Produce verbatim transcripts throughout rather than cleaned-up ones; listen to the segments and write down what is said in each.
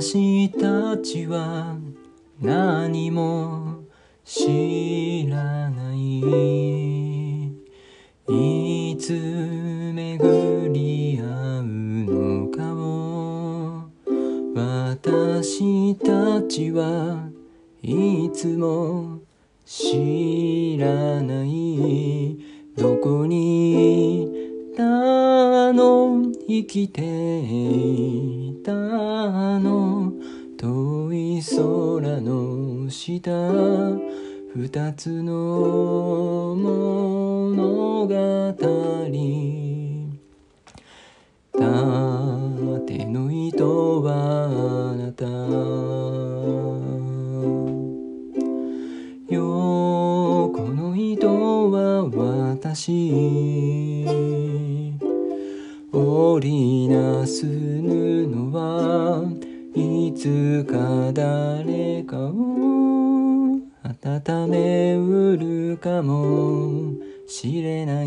私たちは何も知らない。いつ巡り合うのかを私たちはいつも知らない。どこにいたの、生きていたの、遠い空の下、二つの物語。縦の糸はあなた、横の糸は私。織りなす布はいつか誰かを温めうるかもしれない。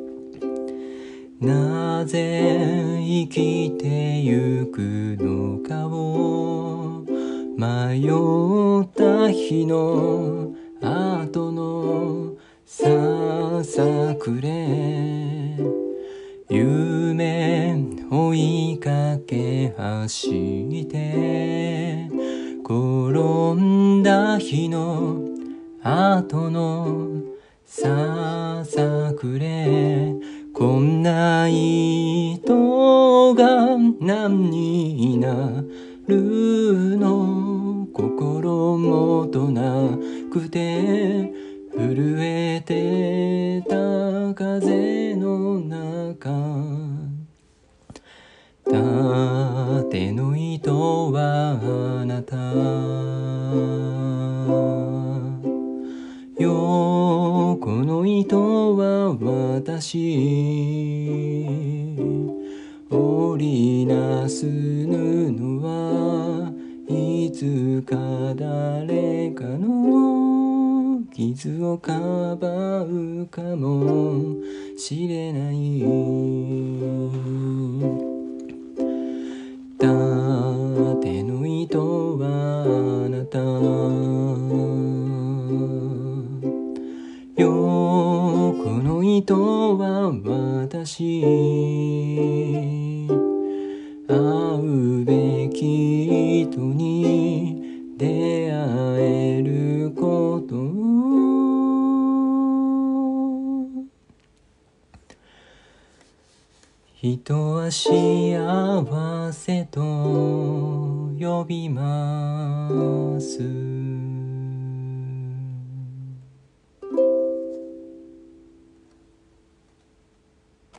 なぜ生きてゆくのかを迷った日の後のささくれ、夢追いかけ走って転んだ日の後のささくれ、こんな糸が何になるの、心もとなくて震えてた風の中、縦の糸はあなた、横の糸は私。織りなす布はいつか誰かの傷をかばうかもしれない。縦の糸はあなた、横の糸は私。会うべき人に出会えることを、人は幸せと呼びます。